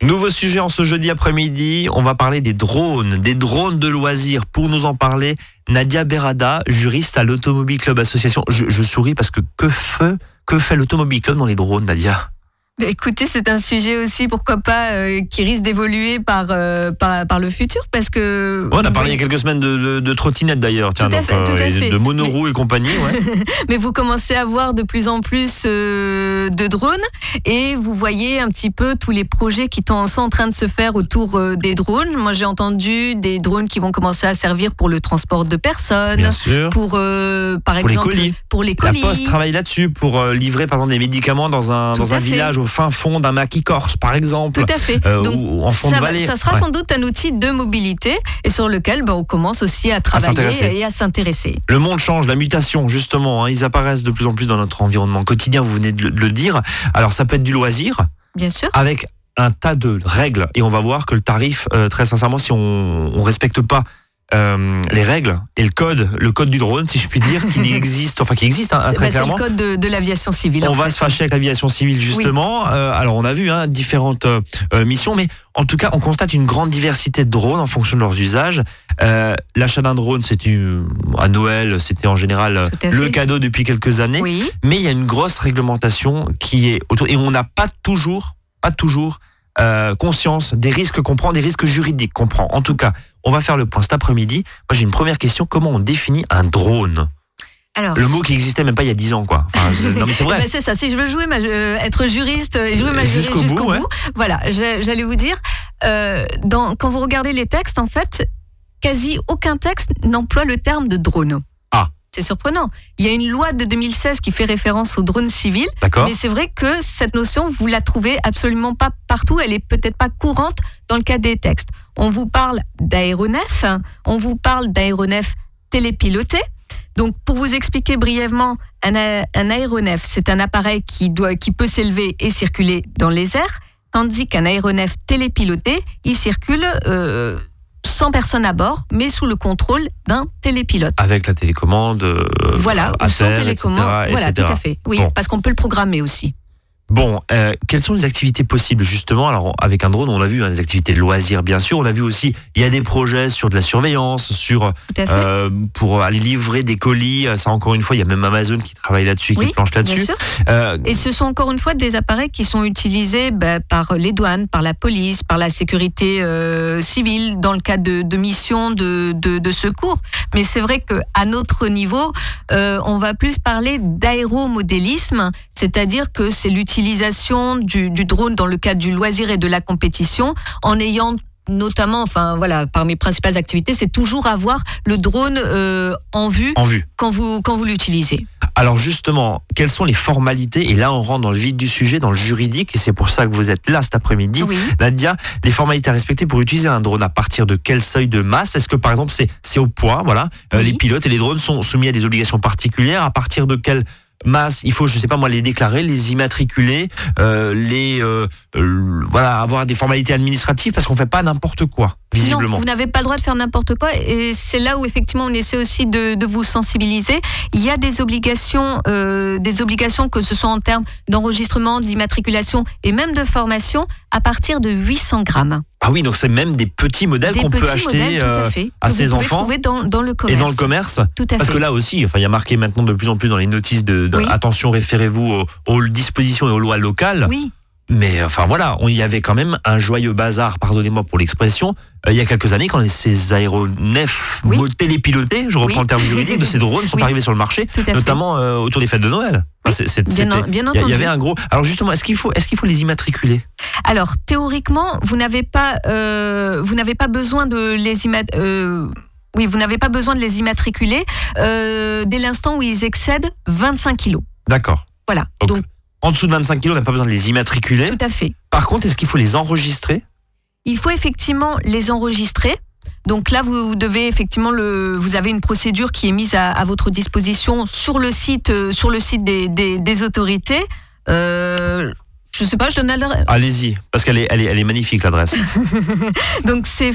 Nouveau sujet en ce jeudi après-midi, on va parler des drones de loisirs. Pour nous en parler, Nadia Berada, juriste à l'Automobile Club Association. Je souris parce que fait l'Automobile Club dans les drones, Nadia ? Écoutez, c'est un sujet aussi, pourquoi pas, qui risque d'évoluer par le futur, parce que... On a parlé il y a quelques semaines de trottinettes d'ailleurs, tout à fait. de monoroues et compagnie. Ouais. Mais vous commencez à voir de plus en plus de drones, et vous voyez un petit peu tous les projets qui sont en train de se faire autour des drones. Moi, j'ai entendu des drones qui vont commencer à servir pour le transport de personnes, bien sûr. Pour exemple, pour les colis. La Poste travaille là-dessus pour livrer par exemple des médicaments dans un village au fin fond d'un maquis corse, par exemple. Tout à fait. Donc, ou en fond de vallée. Ça sera sans doute un outil de mobilité et sur lequel on commence aussi à travailler et à s'intéresser. Le monde change, la mutation, justement. Ils apparaissent de plus en plus dans notre environnement quotidien, vous venez de le dire. Alors, ça peut être du loisir. Bien sûr. Avec un tas de règles. Et on va voir que le tarif, très sincèrement, si on ne respecte pas les règles et le code du drone, si je puis dire, qui existe très clairement. C'est le code de l'aviation civile. On va se fâcher avec l'aviation civile, justement. Oui. Alors, on a vu différentes missions, mais en tout cas, on constate une grande diversité de drones en fonction de leurs usages. L'achat d'un drone, à Noël, c'était en général le cadeau depuis quelques années. Oui. Mais il y a une grosse réglementation qui est autour, et on n'a pas toujours conscience des risques qu'on prend, des risques juridiques qu'on prend. En tout cas, on va faire le point cet après-midi. Moi, j'ai une première question. Comment on définit un drone ? Alors, le mot qui existait même pas il y a 10 ans, quoi. Non, mais c'est vrai. C'est ça. Si je veux être juriste et jouer ma juriste jusqu'au bout, voilà, j'allais vous dire, quand vous regardez les textes, en fait, quasi aucun texte n'emploie le terme de drone. C'est surprenant. Il y a une loi de 2016 qui fait référence aux drones civils, mais c'est vrai que cette notion, vous la trouvez absolument pas partout. Elle est peut-être pas courante dans le cas des textes. On vous parle d'aéronefs, on vous parle d'aéronefs télépilotés. Donc, pour vous expliquer brièvement, un aéronef, c'est un appareil qui peut s'élever et circuler dans les airs, tandis qu'un aéronef télépiloté, il circule sans personne à bord, mais sous le contrôle d'un télépilote. Avec la télécommande, sans télécommande, etc. Tout à fait. Oui, parce qu'on peut le programmer aussi. Bon, quelles sont les activités possibles justement ? Alors avec un drone, on a vu des activités de loisirs bien sûr. On a vu aussi, il y a des projets sur de la surveillance, pour aller livrer des colis. Ça encore une fois, il y a même Amazon qui travaille là-dessus, qui planche là-dessus. Et ce sont encore une fois des appareils qui sont utilisés par les douanes, par la police, par la sécurité civile dans le cadre de missions de secours. Mais c'est vrai qu'à notre niveau, on va plus parler d'aéromodélisme, c'est-à-dire que c'est l'utilisation du drone dans le cadre du loisir et de la compétition, en ayant notamment, par mes principales activités, c'est toujours avoir le drone en vue. Quand vous l'utilisez. Alors justement, quelles sont les formalités ? Et là, on rentre dans le vif du sujet, dans le juridique, et c'est pour ça que vous êtes là cet après-midi. Oui. Nadia, les formalités à respecter pour utiliser un drone, à partir de quel seuil de masse ? Est-ce que par exemple c'est au poids, les pilotes et les drones sont soumis à des obligations particulières ? À partir de quelle masse, il faut, les déclarer, les immatriculer, avoir des formalités administratives, parce qu'on fait pas n'importe quoi, visiblement. Non, vous n'avez pas le droit de faire n'importe quoi, et c'est là où effectivement on essaie aussi de vous sensibiliser. Il y a des obligations que ce soit en termes d'enregistrement, d'immatriculation et même de formation à partir de 800 grammes. Ah oui, donc c'est même des petits modèles qu'on peut acheter à ses enfants. Trouver dans le commerce. Et dans le commerce. Tout à fait. Parce que là aussi, il y a marqué maintenant de plus en plus dans les notices attention, référez-vous aux dispositions et aux lois locales. Oui. Mais il y avait quand même un joyeux bazar, pardonnez-moi pour l'expression, il y a quelques années, quand ces aéronefs télépilotés, je reprends le terme juridique, de ces drones sont arrivés sur le marché, notamment autour des fêtes de Noël. Bien entendu. Il y avait un gros. Alors justement, est-ce qu'il faut les immatriculer ? Alors théoriquement, vous n'avez pas besoin de les vous n'avez pas besoin de les immatriculer dès l'instant où ils excèdent 25 kilos. D'accord. Voilà. Donc en dessous de 25 kilos, on n'a pas besoin de les immatriculer. Tout à fait. Par contre, est-ce qu'il faut les enregistrer ? Il faut effectivement les enregistrer. Donc là, vous devez effectivement vous avez une procédure qui est mise à votre disposition sur le site des autorités. Je sais pas, je donne l'adresse. Allez-y, parce qu'elle est magnifique l'adresse. Donc c'est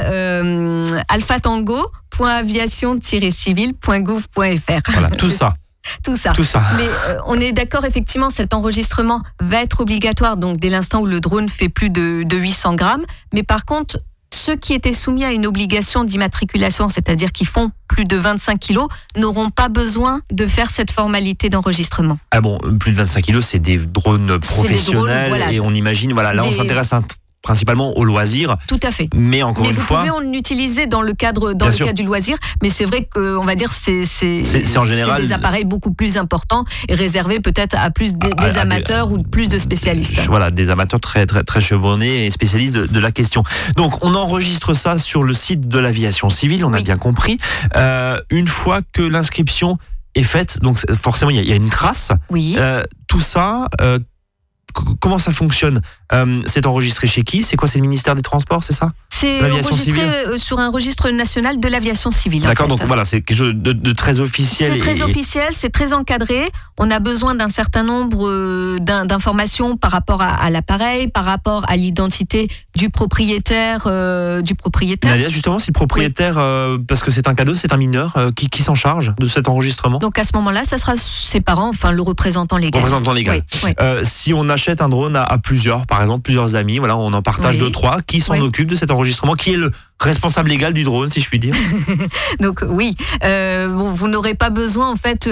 fox-alpha tango.aviation-civile.gouv.fr. Voilà, tout ça. Tout ça. Mais on est d'accord, effectivement, cet enregistrement va être obligatoire, donc dès l'instant où le drone fait plus de 800 grammes. Mais par contre, ceux qui étaient soumis à une obligation d'immatriculation, c'est-à-dire qui font plus de 25 kilos, n'auront pas besoin de faire cette formalité d'enregistrement. Ah bon, plus de 25 kilos, c'est des drones professionnels, et on imagine, là on s'intéresse principalement au loisir. Tout à fait. Mais encore une fois, vous pouvez en utiliser dans le cadre du loisir, mais c'est vrai qu'on va dire c'est en général des appareils beaucoup plus importants et réservés peut-être à plus des amateurs ou plus de spécialistes. Voilà, des amateurs très très très chevronnés et spécialistes de la question. Donc on enregistre ça sur le site de l'aviation civile, on a bien compris. Une fois que l'inscription est faite, donc forcément il y a une trace. Oui. Tout ça. Comment ça fonctionne? C'est enregistré chez qui? C'est quoi? C'est le ministère des Transports, c'est ça? C'est enregistré sur un registre national de l'aviation civile. D'accord, donc voilà, c'est quelque chose de très officiel. C'est très officiel, c'est très encadré. On a besoin d'un certain nombre d'informations par rapport à l'appareil, par rapport à l'identité du propriétaire. Nadia, justement, si le propriétaire, parce que c'est un cadeau, c'est un mineur, qui s'en charge de cet enregistrement? Donc à ce moment-là, ça sera ses parents, enfin le représentant légal. Oui. Si on achète un drone à plusieurs, par exemple, plusieurs amis, voilà, on en partage 2-3, qui s'en occupe de cet enregistrement, qui est le responsable légal du drone, si je puis dire? Donc oui, vous n'aurez pas besoin en fait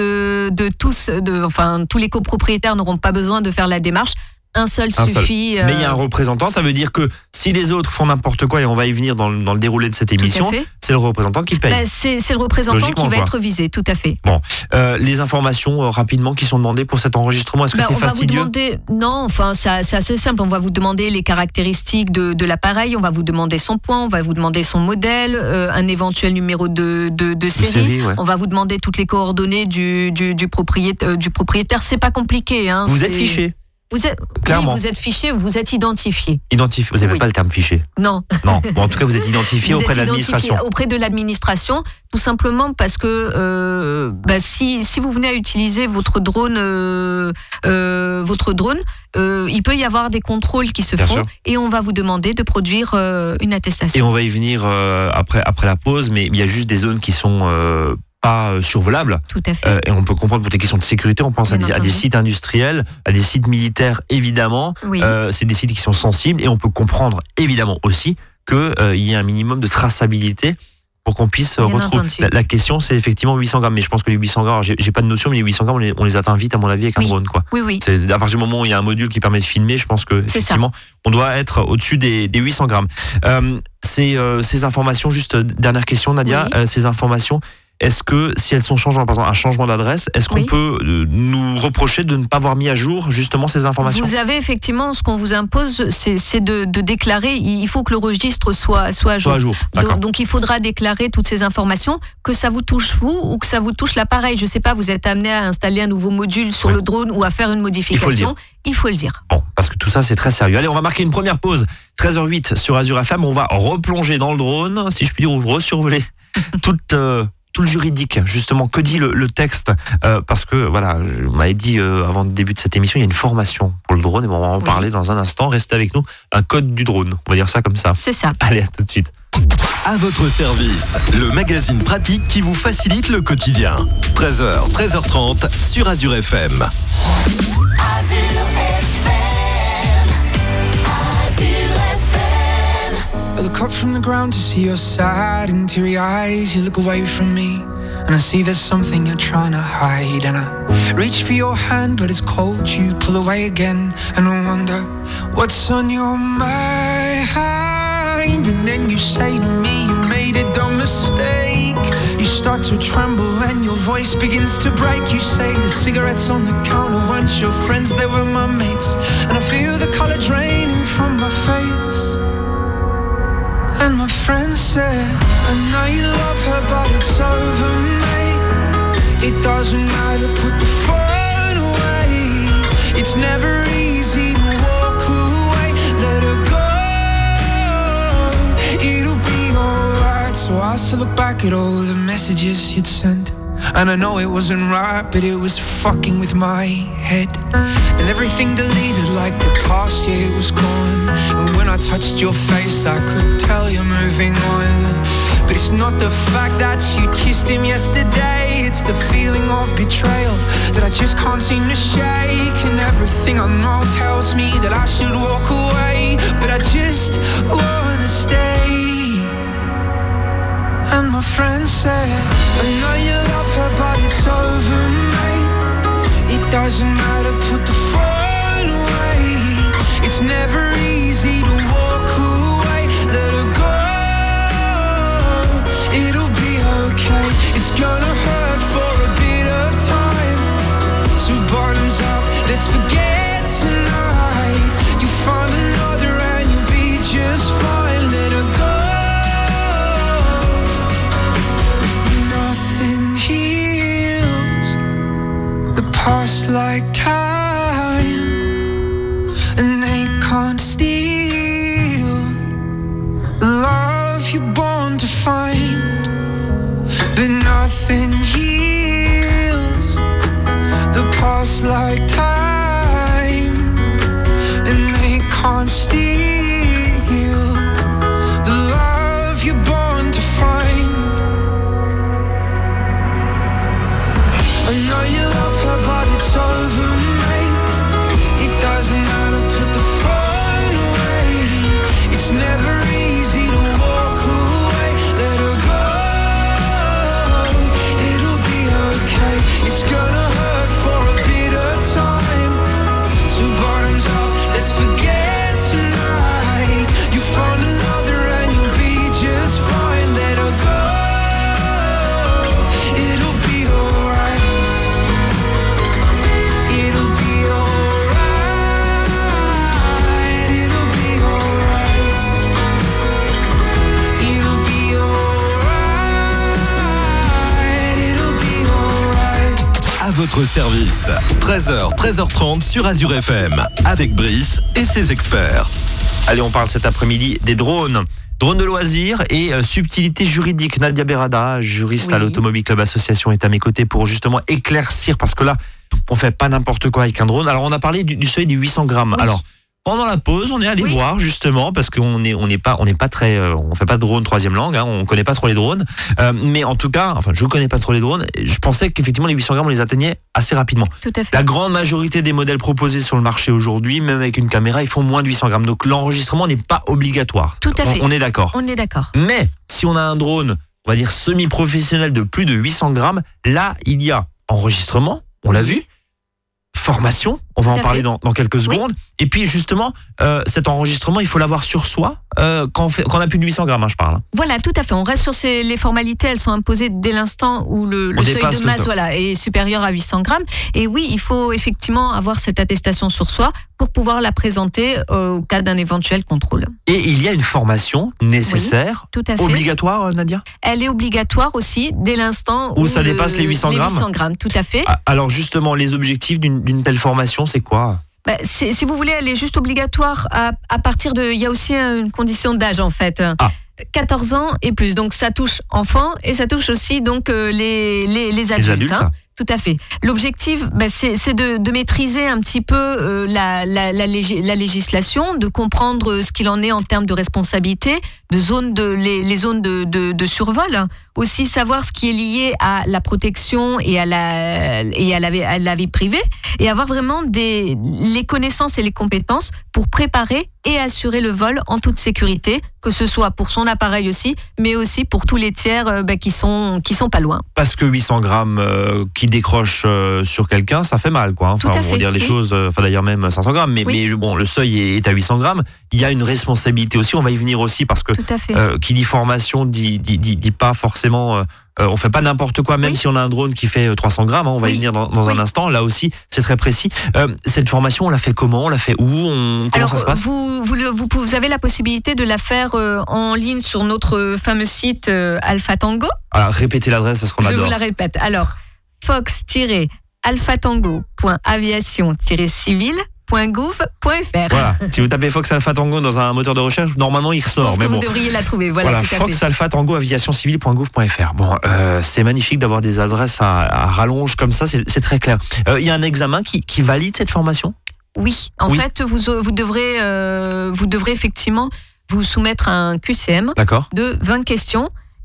tous les copropriétaires n'auront pas besoin de faire la démarche. Un seul suffit. Mais il y a un représentant, ça veut dire que si les autres font n'importe quoi, et on va y venir dans le déroulé de cette émission, c'est le représentant qui paye. C'est le représentant qui va être visé, tout à fait. Bon, les informations rapidement qui sont demandées pour cet enregistrement, est-ce que c'est fastidieux? Non, enfin c'est assez simple. On va vous demander les caractéristiques de l'appareil, on va vous demander son poids, on va vous demander son modèle, un éventuel numéro de série. On va vous demander toutes les coordonnées du propriétaire. C'est pas compliqué. Vous êtes fiché? Clairement. Oui, vous êtes fiché, vous êtes identifié. Vous n'avez pas le terme fiché? Non. Bon, en tout cas, vous êtes identifié auprès de l'administration. Auprès de l'administration, tout simplement parce que si vous venez à utiliser votre drone, il peut y avoir des contrôles qui se font et on va vous demander de produire une attestation. Et on va y venir après la pause, mais il y a juste des zones qui sont pas survolables. Tout à fait. Et on peut comprendre pour des questions de sécurité, on pense à des sites industriels, à des sites militaires évidemment. Oui. C'est des sites qui sont sensibles et on peut comprendre évidemment aussi qu'il y ait un minimum de traçabilité pour qu'on puisse retrouver. La question, c'est effectivement 800 grammes, mais je pense que les 800 grammes, j'ai pas de notion, mais les 800 grammes, on les atteint vite à mon avis avec un drone, quoi. Oui. C'est à partir du moment où il y a un module qui permet de filmer, je pense que effectivement, on doit être au-dessus des 800 grammes. Ces informations, juste dernière question, Nadia, ces informations. Est-ce que si elles sont changeantes, par exemple un changement d'adresse, est-ce qu'on peut nous reprocher de ne pas avoir mis à jour justement ces informations? Vous avez effectivement, ce qu'on vous impose, c'est de déclarer, il faut que le registre soit à jour. Donc il faudra déclarer toutes ces informations, que ça vous touche vous ou que ça vous touche l'appareil. Je ne sais pas, vous êtes amené à installer un nouveau module sur le drone ou à faire une modification. Il faut le dire. Bon, parce que tout ça c'est très sérieux. Allez, on va marquer une première pause. 13h08 sur Azure FM, on va replonger dans le drone, si je puis dire, ou resurvoler tout le juridique, justement, que dit le texte, parce que voilà, on m'avait dit avant le début de cette émission, il y a une formation pour le drone et on va en parler dans un instant. Restez avec nous, un code du drone, on va dire ça comme ça. C'est ça. Allez, à tout de suite. À votre service, le magazine pratique qui vous facilite le quotidien. 13h, 13h30 sur Azure FM. I look up from the ground to see your sad and teary eyes. You look away from me and I see there's something you're trying to hide. And I reach for your hand but it's cold. You pull away again and I wonder what's on your mind. And then you say to me you made a dumb mistake. You start to tremble and your voice begins to break. You say the cigarettes on the counter weren't your friends, they were my mates. And I feel the color draining from my face. And my friend said, I know you love her, but it's over, mate. It doesn't matter, put the phone away. It's never easy to walk away. Let her go, it'll be alright. So I still look back at all the messages you'd sent. And I know it wasn't right, but it was fucking with my head. And everything deleted like the past, yeah, it was gone. And when I touched your face, I could tell you're moving on. But it's not the fact that you kissed him yesterday. It's the feeling of betrayal that I just can't seem to shake. And everything I know tells me that I should walk away, but I just wanna stay. And my friend said, I know you love her, but it's over, mate. It doesn't matter, put the phone away. It's never easy to walk away. Let her go, it'll be okay. It's gonna hurt for a bit of time. So bottoms up, let's forget tonight. You find another and you'll be just fine. Let her go. Nothing heals the past like time, and they can't steal the love you're born to find. But nothing heals the past like time, and they can't steal the love you're born to find. I know you love her, but it's over, mate. It doesn't matter, put the phone away. It's never easy to walk away. Let her go, it'll be okay. It's gonna hurt for a bit of time. So bottoms up, let's forget tonight. You found another and you'll be just fine. Let her go, it'll be alright. It'll be alright. It'll be alright. It'll be alright. It'll be alright. À votre service, 13h, 13h30 sur Azure FM, avec Brice et ses experts. Allez, on parle cet après-midi des drones. Drones de loisirs et subtilité juridique. Nadia Berada, juriste à l'Automobile Club Association, est à mes côtés pour justement éclaircir, parce que là, on fait pas n'importe quoi avec un drone. Alors, on a parlé du seuil des 800 grammes. Oui. Alors, pendant la pause, on est allé voir justement, parce qu'on n'est pas très, on fait pas de drone troisième langue, hein, on connaît pas trop les drones. Mais en tout cas, enfin, je connais pas trop les drones. Je pensais qu'effectivement les 800 grammes, on les atteignait assez rapidement. Tout à fait. La grande majorité des modèles proposés sur le marché aujourd'hui, même avec une caméra, ils font moins de 800 grammes. Donc l'enregistrement n'est pas obligatoire. Tout à fait. On est d'accord. On est d'accord. Mais si on a un drone, on va dire semi-professionnel de plus de 800 grammes, là, il y a enregistrement, on l'a vu, formation, on va en parler dans quelques secondes. Et puis justement, cet enregistrement, il faut l'avoir sur soi quand on a plus de 800 grammes, je parle. Voilà, tout à fait. On reste sur les formalités, elles sont imposées dès l'instant où le seuil de masse est supérieur à 800 grammes. Et oui, il faut effectivement avoir cette attestation sur soi pour pouvoir la présenter au cas d'un éventuel contrôle. Et il y a une formation nécessaire, tout à fait. Obligatoire, Nadia ? Elle est obligatoire aussi dès l'instant où ça dépasse les 800 grammes. 800 grammes, tout à fait. Alors justement, les objectifs d'une telle formation, c'est quoi ? Si vous voulez, elle est juste obligatoire à partir de... Il y a aussi une condition d'âge en fait. 14 ans et plus. Donc ça touche enfants et ça touche aussi donc les adultes. Hein. Tout à fait. L'objectif, c'est de maîtriser un petit peu la législation, de comprendre ce qu'il en est en termes de responsabilité, les zones de survol. Aussi savoir ce qui est lié à la protection et à la vie privée, et avoir vraiment les connaissances et les compétences pour préparer et assurer le vol en toute sécurité, que ce soit pour son appareil aussi, mais aussi pour tous les tiers qui sont pas loin. Parce que 800 grammes qui décrochent sur quelqu'un, ça fait mal, quoi. Enfin, on va dire les choses, d'ailleurs même 500 grammes, mais bon, le seuil est à 800 grammes. Il y a une responsabilité aussi, on va y venir aussi, parce que qui dit formation dit pas forcément... on fait pas n'importe quoi, même si on a un drone qui fait 300 grammes, hein, on va y venir dans un instant. Là aussi, c'est très précis. Cette formation, on l'a fait comment ? On l'a fait où ? Comment ça se passe ? Vous avez la possibilité de la faire en ligne sur notre fameux site Alpha Tango. Alors, répétez l'adresse parce qu'on adore. Je vous la répète. Alors, fox-alphatango.aviation-civil.gouv.fr. Voilà. Si vous tapez Fox Alpha Tango dans un moteur de recherche, normalement il ressort. Mais vous devriez la trouver. Voilà, Fox Alpha Tango aviation-civil.gouv.fr. Bon, c'est magnifique d'avoir des adresses à rallonge comme ça. C'est très clair. Il y a un examen qui valide cette formation ? Oui. En fait, vous devrez effectivement vous soumettre à un QCM de 20 questions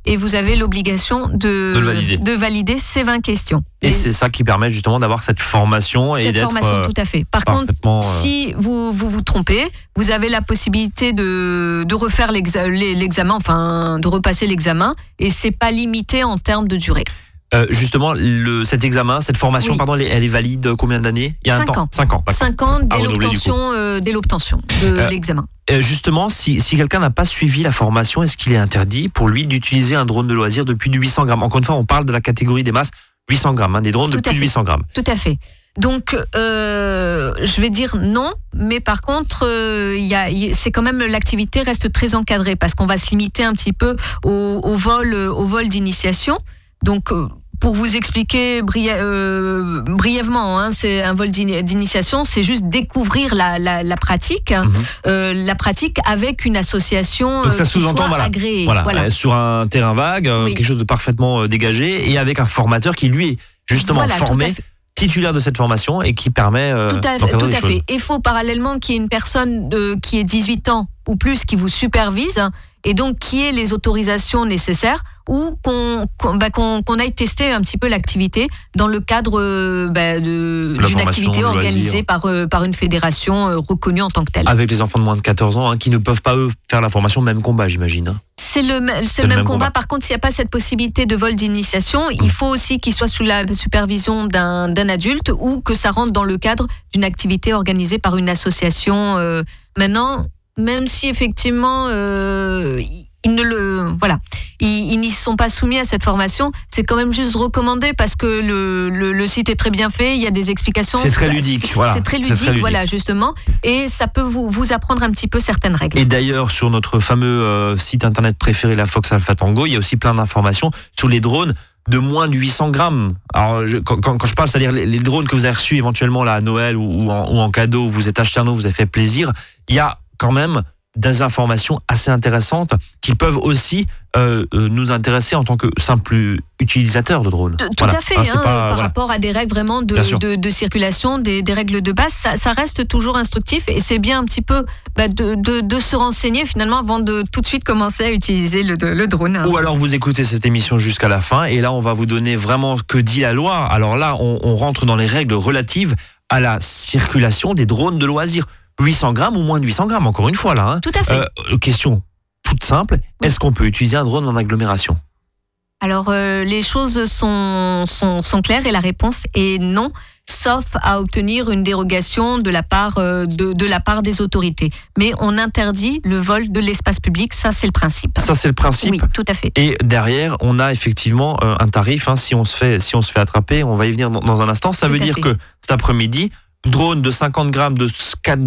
et vous avez l'obligation de valider ces 20 questions. Et c'est ça qui permet justement d'avoir cette formation et d'être... tout à fait. Par contre, si vous trompez, vous avez la possibilité de refaire l'examen, enfin de repasser l'examen, et c'est pas limité en termes de durée. Justement, cet examen, cette formation, pardon, elle est valide combien d'années ? Il y a 5 ans. 5 ans. 5 ans dès l'obtention de l'examen. Justement, si quelqu'un n'a pas suivi la formation, est-ce qu'il est interdit pour lui d'utiliser un drone de loisir de plus de 800 grammes ? Encore une fois, on parle de la catégorie des masses 800 grammes, des drones de plus de 800 grammes. Tout à fait. Donc, je vais dire non, mais par contre, c'est quand même, l'activité reste très encadrée parce qu'on va se limiter un petit peu au vol d'initiation. Donc, pour vous expliquer brièvement, c'est un vol d'initiation, c'est juste découvrir la pratique, la pratique avec une association. Donc ça sous-entend agréée. Voilà. Sur un terrain vague, quelque chose de parfaitement dégagé, et avec un formateur qui lui est justement formé, titulaire de cette formation et qui permet tout à fait. Il faut parallèlement qu'il y ait une personne qui ait 18 ans ou plus qui vous supervise et donc qui ait les autorisations nécessaires ou qu'on aille tester un petit peu l'activité dans le cadre d'une activité organisée par une fédération reconnue en tant que telle. Avec les enfants de moins de 14 ans qui ne peuvent pas eux faire la formation, même combat j'imagine. C'est le même combat. Par contre, s'il n'y a pas cette possibilité de vol d'initiation, il faut aussi qu'il soit sous la supervision d'un adulte ou que ça rentre dans le cadre d'une activité organisée par une association. Maintenant, même si effectivement ils n'y sont pas soumis à cette formation, c'est quand même juste recommandé parce que le site est très bien fait, il y a des explications. C'est très ludique, C'est très ludique, voilà, justement, et ça peut vous apprendre un petit peu certaines règles. Et d'ailleurs, sur notre fameux site internet préféré, la Fox Alpha Tango, il y a aussi plein d'informations sur les drones de moins de 800 grammes. Alors, quand je parle, c'est-à-dire les drones que vous avez reçus éventuellement là à Noël ou en cadeau, vous êtes acheté un autre, vous avez fait plaisir, il y a quand même des informations assez intéressantes qui peuvent aussi nous intéresser en tant que simple utilisateur de drones. Tout à fait, par rapport à des règles vraiment de circulation, des règles de base, ça reste toujours instructif et c'est bien un petit peu de se renseigner finalement avant de tout de suite commencer à utiliser le drone. Ou alors vous écoutez cette émission jusqu'à la fin et là on va vous donner vraiment que dit la loi. Alors là on rentre dans les règles relatives à la circulation des drones de loisirs. 800 grammes ou moins de 800 grammes, encore une fois là. Tout à fait. Question toute simple, est-ce qu'on peut utiliser un drone en agglomération ? Alors les choses sont claires et la réponse est non, sauf à obtenir une dérogation de la part des autorités. Mais on interdit le vol de l'espace public, ça c'est le principe. Ça c'est le principe. Oui, tout à fait. Et derrière, on a effectivement un tarif. Si on se fait attraper, on va y venir dans un instant. Ça veut dire que cet après-midi, drone de 50 grammes, de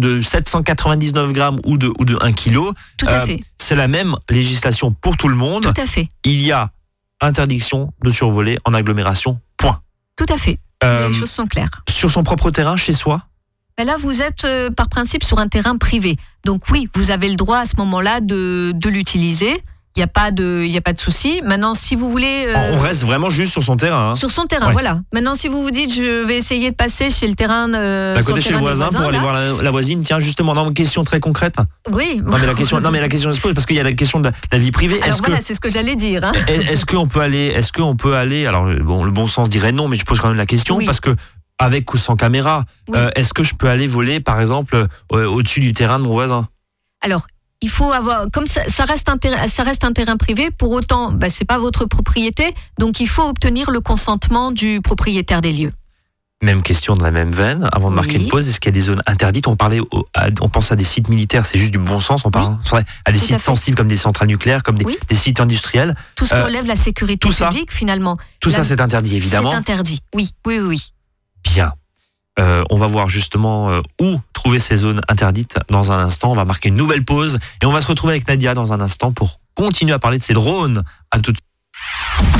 799 grammes ou de 1 kilo. Tout à fait. C'est la même législation pour tout le monde. Tout à fait. Il y a interdiction de survoler en agglomération, point. Tout à fait. Les choses sont claires. Sur son propre terrain, chez soi ? Là, vous êtes par principe sur un terrain privé. Donc oui, vous avez le droit à ce moment-là de l'utiliser. Il n'y a pas de souci. Maintenant, si vous voulez... on reste vraiment juste sur son terrain. Sur son terrain, voilà. Maintenant, si vous vous dites, je vais essayer de passer chez le terrain... D'à côté chez le voisin pour aller voir la voisine. Tiens, justement, une question très concrète. Oui. Non, mais la question se pose parce qu'il y a la question de la vie privée. Alors c'est ce que j'allais dire. Est-ce qu'on peut aller... Alors, le bon sens dirait non, mais je pose quand même la question parce que avec ou sans caméra, est-ce que je peux aller voler, par exemple, au-dessus du terrain de mon voisin ? Alors... Il faut avoir, comme ça reste un terrain privé, pour autant, c'est pas votre propriété, donc il faut obtenir le consentement du propriétaire des lieux. Même question dans la même veine, avant de marquer une pause, est-ce qu'il y a des zones interdites ? On pense à des sites militaires, c'est juste du bon sens, on pense à des sites sensibles comme des centrales nucléaires, comme des sites industriels. Tout ce qui relève de la sécurité publique, finalement. Tout ça, c'est interdit, évidemment. C'est interdit, oui. Bien. On va voir justement où trouver ces zones interdites dans un instant. On va marquer une nouvelle pause et on va se retrouver avec Nadia dans un instant pour continuer à parler de ces drones. À tout de suite.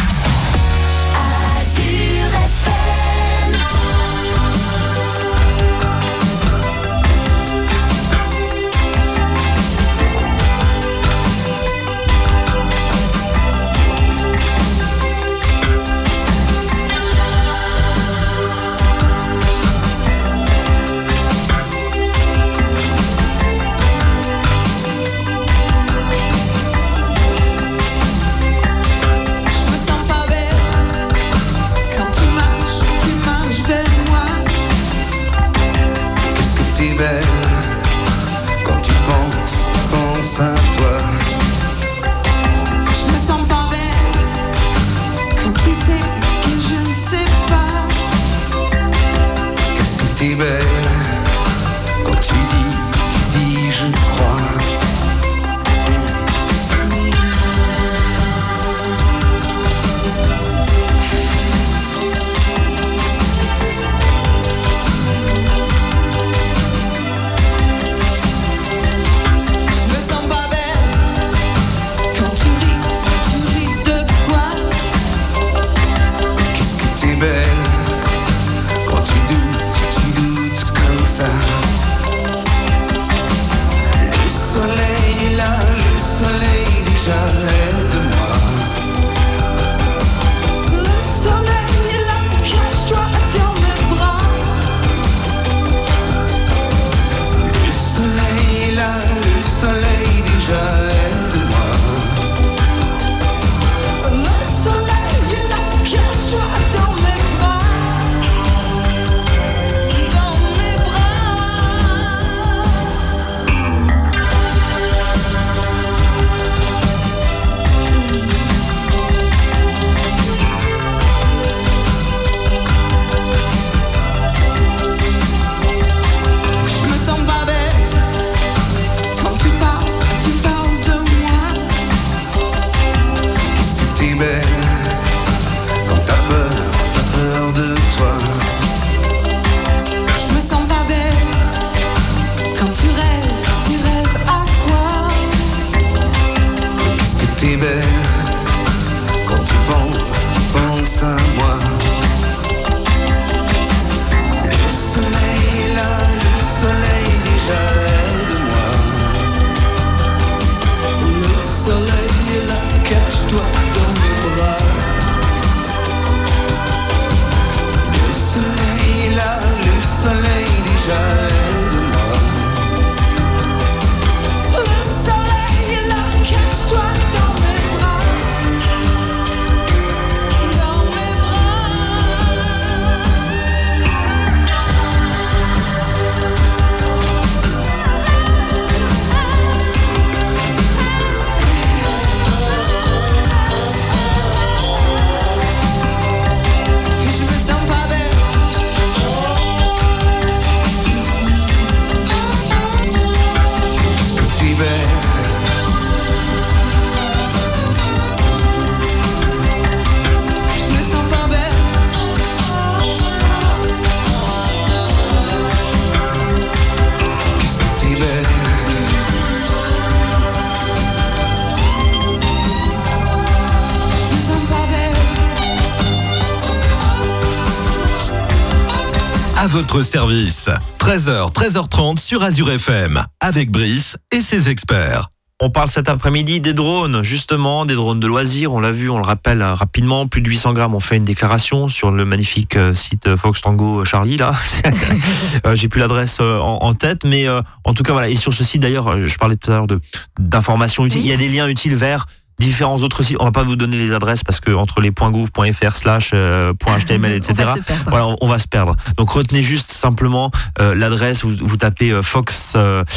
À votre service. 13h, 13h30 sur Azure FM. Avec Brice et ses experts. On parle cet après-midi des drones, justement, des drones de loisirs. On l'a vu, on le rappelle rapidement, plus de 800 grammes. On fait une déclaration sur le magnifique site Fox Tango Charlie, là. J'ai plus l'adresse en tête, mais en tout cas, voilà. Et sur ce site, d'ailleurs, je parlais tout à l'heure d'informations utiles. Il y a des liens utiles vers différents autres sites. On va pas vous donner les adresses parce que entre les .gouv.fr/.html, etc. Voilà, on va se perdre. Donc retenez juste simplement l'adresse. Vous tapez Fox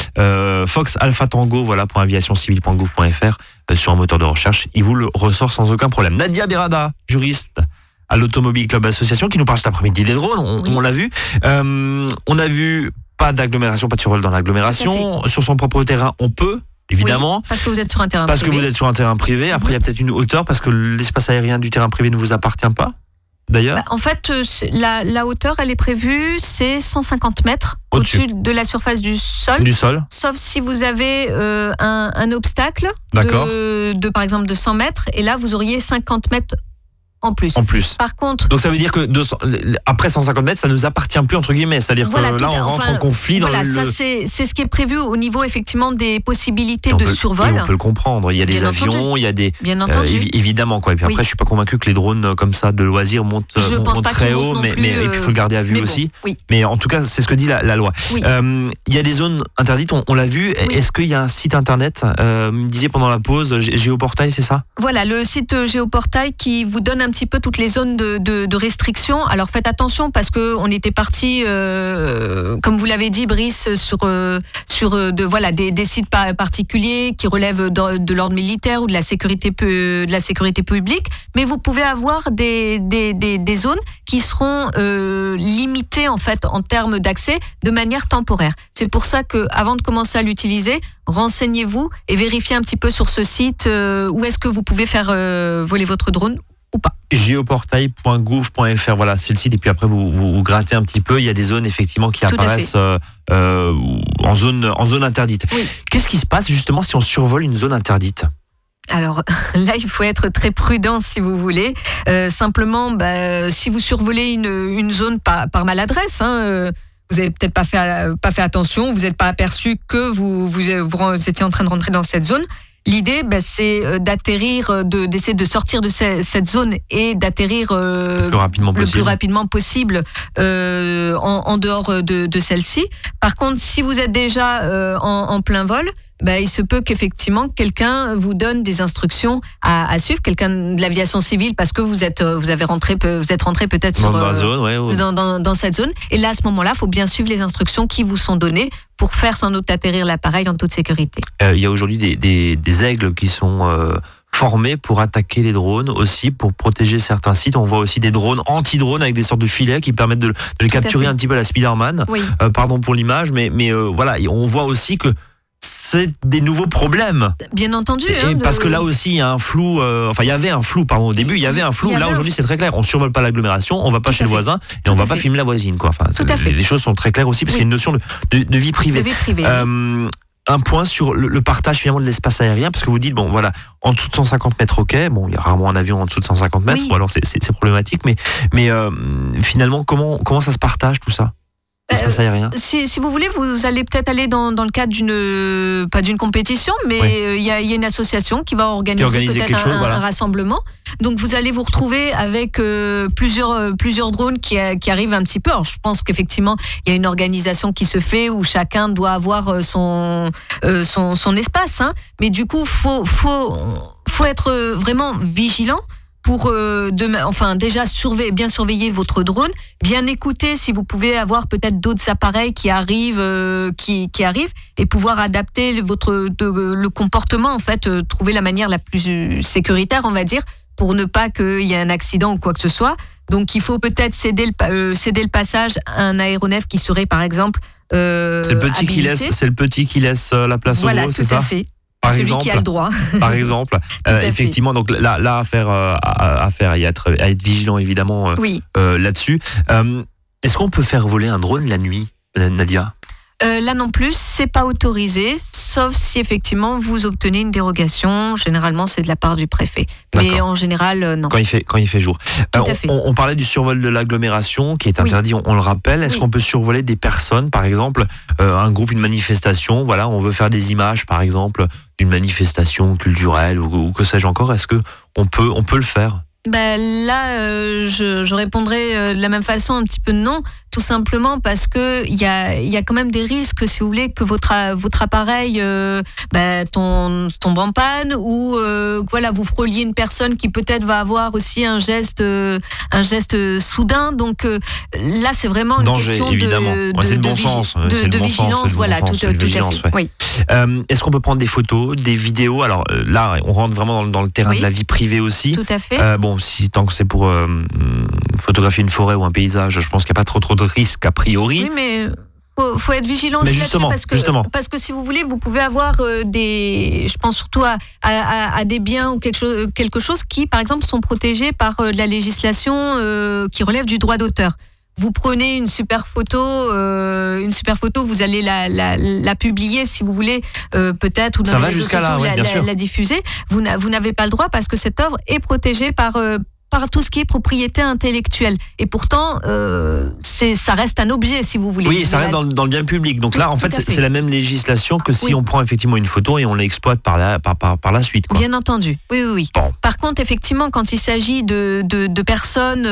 Alpha Tango, voilà, .aviationcivile.gouv.fr sur un moteur de recherche. Il vous le ressort sans aucun problème. Nadia Berada, juriste à l'Automobile Club Association, qui nous parle cet après-midi des drones. On l'a vu. On a vu pas d'agglomération, pas de survol dans l'agglomération. Sur son propre terrain, on peut. Évidemment. Oui, parce que vous êtes sur un terrain privé. Parce que vous êtes sur un terrain privé. Après, il y a peut-être une hauteur parce que l'espace aérien du terrain privé ne vous appartient pas, d'ailleurs. En fait, la hauteur, elle est prévue, c'est 150 mètres au-dessus de la surface du sol. Du sol. Sauf si vous avez un obstacle de, par exemple, de 100 mètres. Et là, vous auriez 50 mètres en plus. Par contre, donc ça veut dire que après 150 mètres, ça ne nous appartient plus, entre guillemets. C'est-à-dire que là, on rentre en conflit dans ça, c'est ce qui est prévu au niveau, effectivement, des possibilités de survol. Et on peut le comprendre. Il y a des avions, il y a des... Bien entendu. Évidemment, quoi. Et puis après, je suis pas convaincu que les drones comme ça de loisirs montent très haut, mais et puis il faut le garder à vue aussi. Oui. Mais en tout cas, c'est ce que dit la loi. Oui. Il y a des zones interdites, on l'a vu. Oui. Est-ce qu'il y a un site internet, me disait pendant la pause, Géoportail, c'est ça? Voilà, le site Géoportail qui vous donne un petit peu toutes les zones de restriction. Alors faites attention parce que on était parti, comme vous l'avez dit, Brice, sur des sites particuliers qui relèvent de l'ordre militaire ou de la sécurité publique. Mais vous pouvez avoir des zones qui seront limitées en fait en termes d'accès de manière temporaire. C'est pour ça que avant de commencer à l'utiliser, renseignez-vous et vérifiez un petit peu sur ce site où est-ce que vous pouvez faire voler votre drone ou pas. Géoportail.gouv.fr, voilà, c'est le site. Et puis après, vous grattez un petit peu. Il y a des zones effectivement qui apparaissent en zone interdite. Oui. Qu'est-ce qui se passe justement si on survole une zone interdite ? Alors là, il faut être très prudent si vous voulez. Simplement, si vous survolez une zone par maladresse, vous n'avez peut-être pas fait attention, vous n'êtes pas aperçu que vous étiez en train de rentrer dans cette zone. L'idée, c'est d'atterrir, d'essayer de sortir de cette zone et d'atterrir le plus rapidement possible en dehors de celle-ci. Par contre, si vous êtes déjà en plein vol, il se peut qu'effectivement quelqu'un vous donne des instructions à suivre, quelqu'un de l'aviation civile, parce que vous êtes rentré peut-être dans cette zone. Et là, à ce moment-là, il faut bien suivre les instructions qui vous sont données pour faire sans doute atterrir l'appareil en toute sécurité. Il y a aujourd'hui des aigles qui sont formés pour attaquer les drones aussi, pour protéger certains sites. On voit aussi des drones anti-drones avec des sortes de filets qui permettent de les capturer un petit peu à la Spider-Man. Oui. Pardon pour l'image, mais voilà, on voit aussi que c'est des nouveaux problèmes. Bien entendu. Parce que là aussi, il y a un flou. Il y avait un flou, au début, il y avait un flou. Là, aujourd'hui, c'est très clair. On survole pas l'agglomération, on va pas chez le voisin et on va pas filmer la voisine, quoi. Les choses sont très claires aussi parce qu'il y a une notion de vie privée. De vie privée. Un point sur le partage finalement de l'espace aérien, parce que vous dites, voilà, en dessous de 150 mètres, ok, il y a rarement un avion en dessous de 150 mètres, ou alors c'est problématique, mais finalement, comment ça se partage tout ça? Aérien. Si vous voulez, vous allez peut-être aller dans le cadre pas d'une compétition, mais il y a une association qui va organiser peut-être un rassemblement. Donc vous allez vous retrouver avec plusieurs drones qui arrivent un petit peu. Alors je pense qu'effectivement il y a une organisation qui se fait où chacun doit avoir son espace. Mais du coup faut être vraiment vigilant. Pour déjà bien surveiller votre drone, bien écouter si vous pouvez avoir peut-être d'autres appareils qui arrivent et pouvoir adapter le comportement, en fait, trouver la manière la plus sécuritaire, on va dire, pour ne pas qu'il y ait un accident ou quoi que ce soit. Donc il faut peut-être céder le passage à un aéronef qui serait par exemple c'est le petit qui laisse la place au gros, c'est ça ? Voilà, tout à fait. Par celui exemple, qui a le droit. Par exemple, effectivement, donc là, à faire et à être vigilant évidemment là-dessus. Est-ce qu'on peut faire voler un drone la nuit, Nadia ? Là non plus, c'est pas autorisé, sauf si effectivement vous obtenez une dérogation. Généralement, c'est de la part du préfet. D'accord. Mais en général, non. Quand il fait jour. On parlait du survol de l'agglomération qui est interdit, on le rappelle. Est-ce qu'on peut survoler des personnes, par exemple, un groupe, une manifestation, voilà, on veut faire des images, par exemple, d'une manifestation culturelle ou que sais-je encore. Est-ce que on peut le faire? Là, je répondrai de la même façon, un petit peu non, tout simplement parce que il y a quand même des risques, si vous voulez, que votre appareil tombe en panne ou voilà, vous frôliez une personne qui peut-être va avoir aussi un geste soudain. Donc là, c'est vraiment une danger, question évidemment. C'est le bon sens, de vigilance, voilà, tout à fait. Oui. Est-ce qu'on peut prendre des photos, des vidéos? Alors là, on rentre vraiment dans le terrain de la vie privée aussi. Tout à fait. Tant que c'est pour photographier une forêt ou un paysage, je pense qu'il n'y a pas trop de risques a priori. Oui, mais faut être vigilant aussi là-dessus parce que si vous voulez, vous pouvez avoir je pense surtout à des biens ou quelque chose qui, par exemple, sont protégés par la législation qui relève du droit d'auteur. Vous prenez une super photo, vous allez la publier si vous voulez, peut-être, ou dans les réseaux sociaux, la diffuser. Vous n'avez pas le droit parce que cette œuvre est protégée par tout ce qui est propriété intellectuelle. Et pourtant, ça reste un objet, si vous voulez. Oui, ça reste dans le bien public. Donc là, en fait, c'est la même législation que si on prend effectivement une photo et on l'exploite par la suite, quoi. Bien entendu. Oui. Bon. Par contre, effectivement, quand il s'agit de personnes,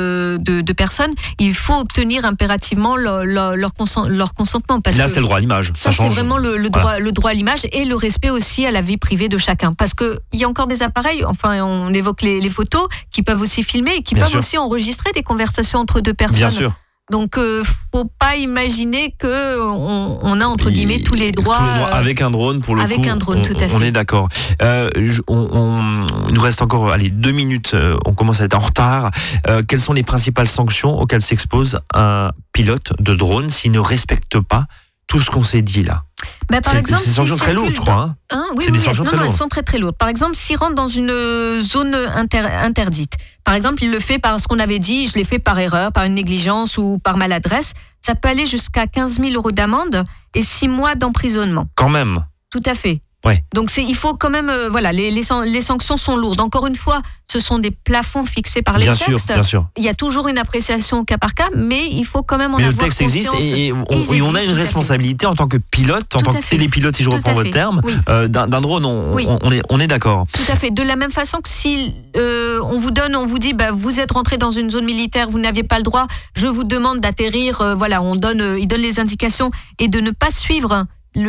il faut obtenir impérativement leur consentement. Parce là, que c'est le droit à l'image. Ça change. C'est vraiment le droit à l'image et le respect aussi à la vie privée de chacun. Parce qu'il y a encore des appareils, enfin, on évoque les photos, qui peuvent aussi filmer et qui peuvent aussi enregistrer des conversations entre deux personnes. Bien sûr. Donc, faut pas imaginer que on a entre guillemets tous les droits avec un drone pour le coup. Avec un drone, tout à fait. On est d'accord. Il nous reste encore 2 minutes. On commence à être en retard. Quelles sont les principales sanctions auxquelles s'expose un pilote de drone s'il ne respecte pas tout ce qu'on s'est dit là? Par exemple, c'est des sanctions très lourdes, je crois. Oui, elles sont très lourdes. Par exemple, s'il rentre dans une zone interdite, par exemple, il le fait par ce qu'on avait dit, je l'ai fait par erreur, par une négligence ou par maladresse, ça peut aller jusqu'à 15 000 € d'amende et 6 mois d'emprisonnement. Quand même. Tout à fait. Ouais. Donc il faut quand même, les sanctions sont lourdes. Encore une fois, ce sont des plafonds fixés par les textes. Bien sûr. Il y a toujours une appréciation au cas par cas, mais il faut quand même en avoir conscience. Mais le texte existe et on a une responsabilité en tant que pilote, en tant que télépilote, si je reprends votre terme, d'un drone. On est d'accord. Tout à fait. De la même façon que si on vous dit, vous êtes rentré dans une zone militaire, vous n'aviez pas le droit, je vous demande d'atterrir. Il donne les indications et de ne pas suivre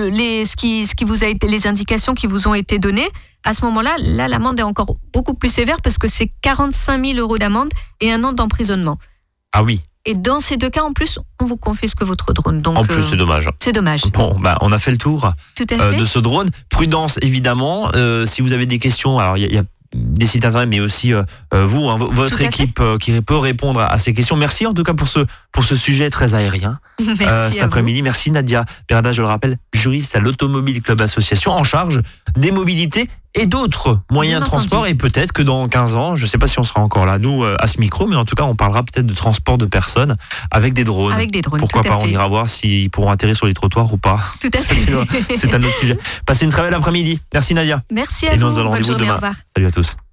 les indications qui vous ont été données. À ce moment-là, l'amende est encore beaucoup plus sévère parce que c'est 45 000 € d'amende et 1 an d'emprisonnement. Ah oui. Et dans ces 2 cas, en plus, on vous confisque votre drone. Donc, en plus, c'est dommage. C'est dommage. Bon, on a fait le tour de ce drone. Prudence, évidemment. Si vous avez des questions, alors il y a des sites internet, mais aussi vous, votre équipe qui peut répondre à ces questions. Merci en tout cas pour ce sujet très aérien. Cet après-midi. Merci Nadia Berda, je le rappelle, juriste à l'Automobile Club Association, en charge des mobilités et d'autres moyens de transport. Et peut-être que dans 15 ans, je ne sais pas si on sera encore là, nous, à ce micro, mais en tout cas, on parlera peut-être de transport de personnes avec des drones. Pourquoi pas, on ira voir s'ils pourront atterrir sur les trottoirs ou pas. Tout à fait. C'est un autre sujet. Passez une très belle après-midi. Merci Nadia. Merci à vous. Et nous on se donne rendez-vous demain. Salut à tous.